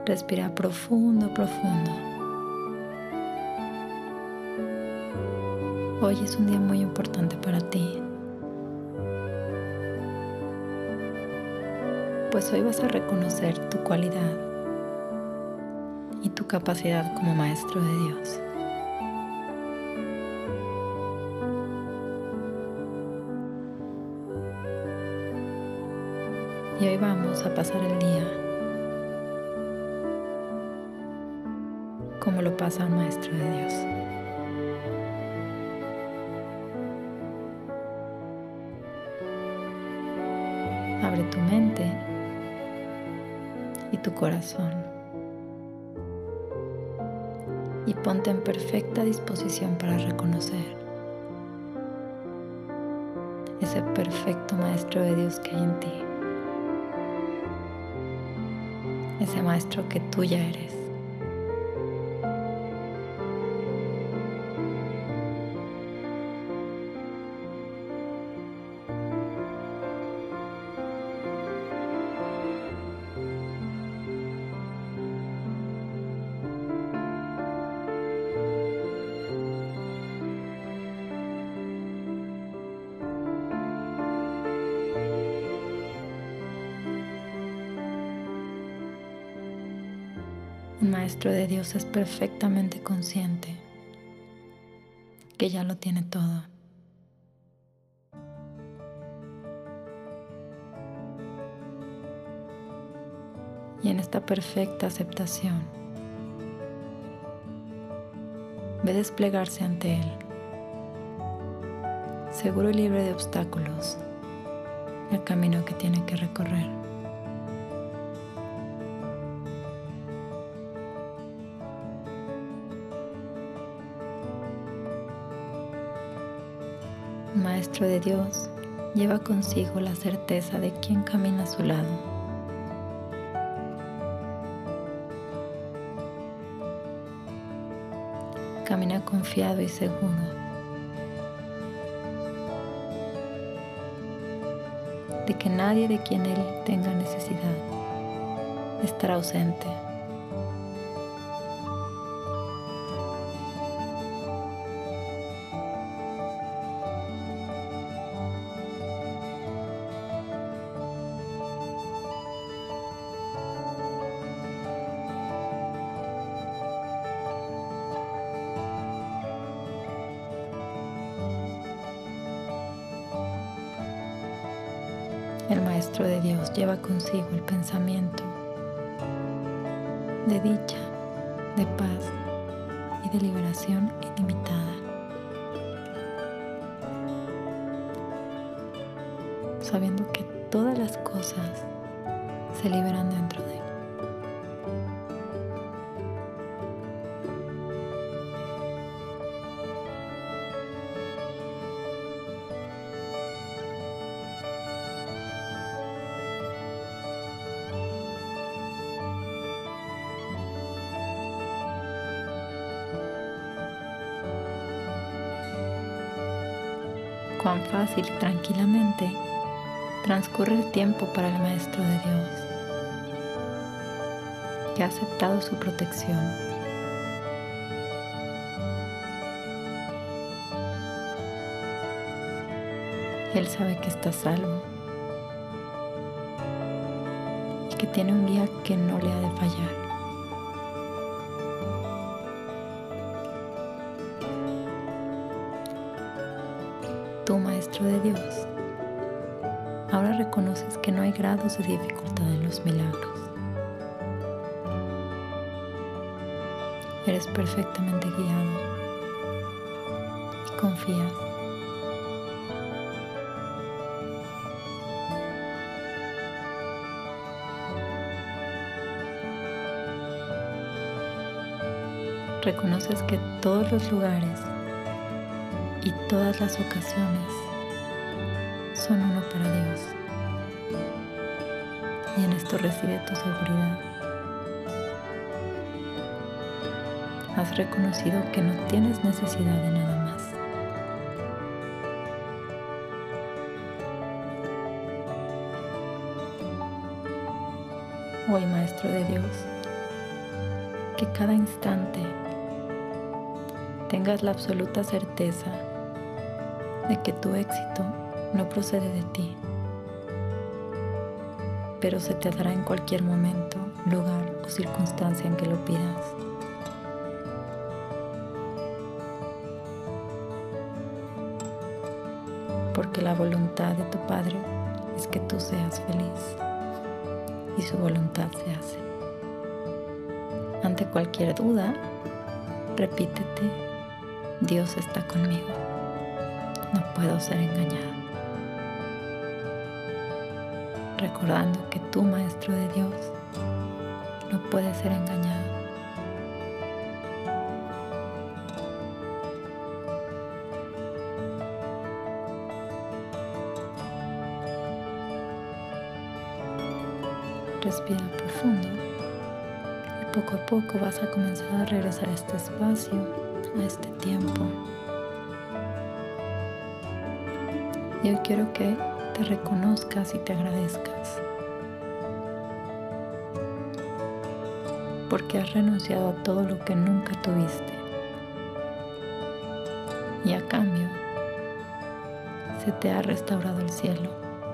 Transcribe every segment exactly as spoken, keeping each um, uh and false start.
Respira profundo, profundo. Hoy es un día muy importante para ti, pues hoy vas a reconocer tu cualidad y tu capacidad como maestro de Dios. Y hoy vamos a pasar el día como lo pasa un maestro de Dios. Abre tu mente y tu corazón y ponte en perfecta disposición para reconocer ese perfecto maestro de Dios que hay en ti, ese maestro que tú ya eres. Un maestro de Dios es perfectamente consciente que ya lo tiene todo. Y en esta perfecta aceptación, ve desplegarse ante Él, seguro y libre de obstáculos, el camino que tiene que recorrer. Un maestro de Dios lleva consigo la certeza de quién camina a su lado. Camina confiado y seguro. De que nadie de quien Él tenga necesidad estará ausente. El Maestro de Dios lleva consigo el pensamiento de dicha, de paz y de liberación ilimitada, sabiendo que todas las cosas se liberan dentro de él. Cuán fácil y tranquilamente transcurre el tiempo para el Maestro de Dios, que ha aceptado su protección. Él sabe que está salvo y que tiene un guía que no le ha de fallar. Tú, Maestro de Dios, ahora reconoces que no hay grados de dificultad en los milagros. Eres perfectamente guiado y confías. Reconoces que todos los lugares y todas las ocasiones son uno para Dios, y en esto reside tu seguridad. Has reconocido que no tienes necesidad de nada más. Hoy, Maestro de Dios, que cada instante tengas la absoluta certeza de que tu éxito no procede de ti, pero se te dará en cualquier momento, lugar o circunstancia en que lo pidas. Porque la voluntad de tu Padre es que tú seas feliz y su voluntad se hace. Ante cualquier duda, repítete: Dios está conmigo, no puedo ser engañado. Recordando que tu Maestro de Dios no puede ser engañado. Respira profundo y poco a poco vas a comenzar a regresar a este espacio, a este tiempo. Y hoy quiero que te reconozcas y te agradezcas, porque has renunciado a todo lo que nunca tuviste, y a cambio se te ha restaurado el cielo.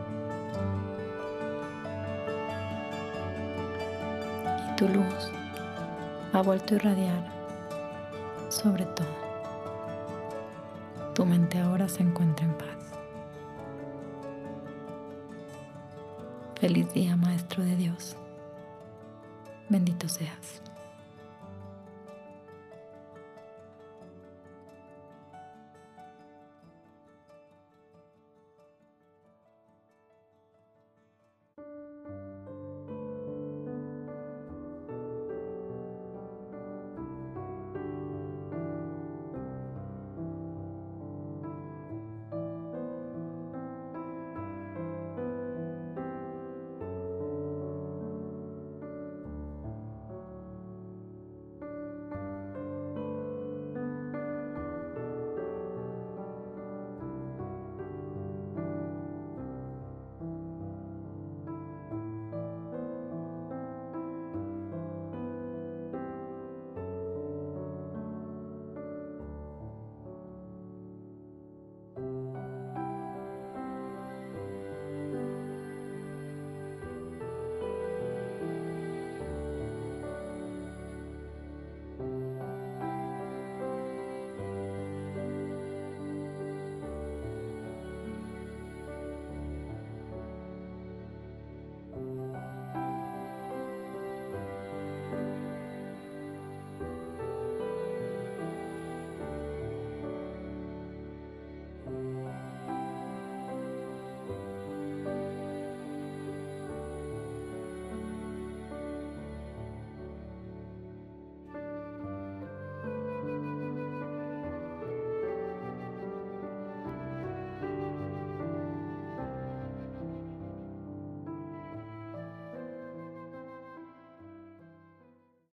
Y tu luz ha vuelto a irradiar sobre todo. Tu mente ahora se encuentra en paz. Feliz día, Maestro de Dios. Bendito seas.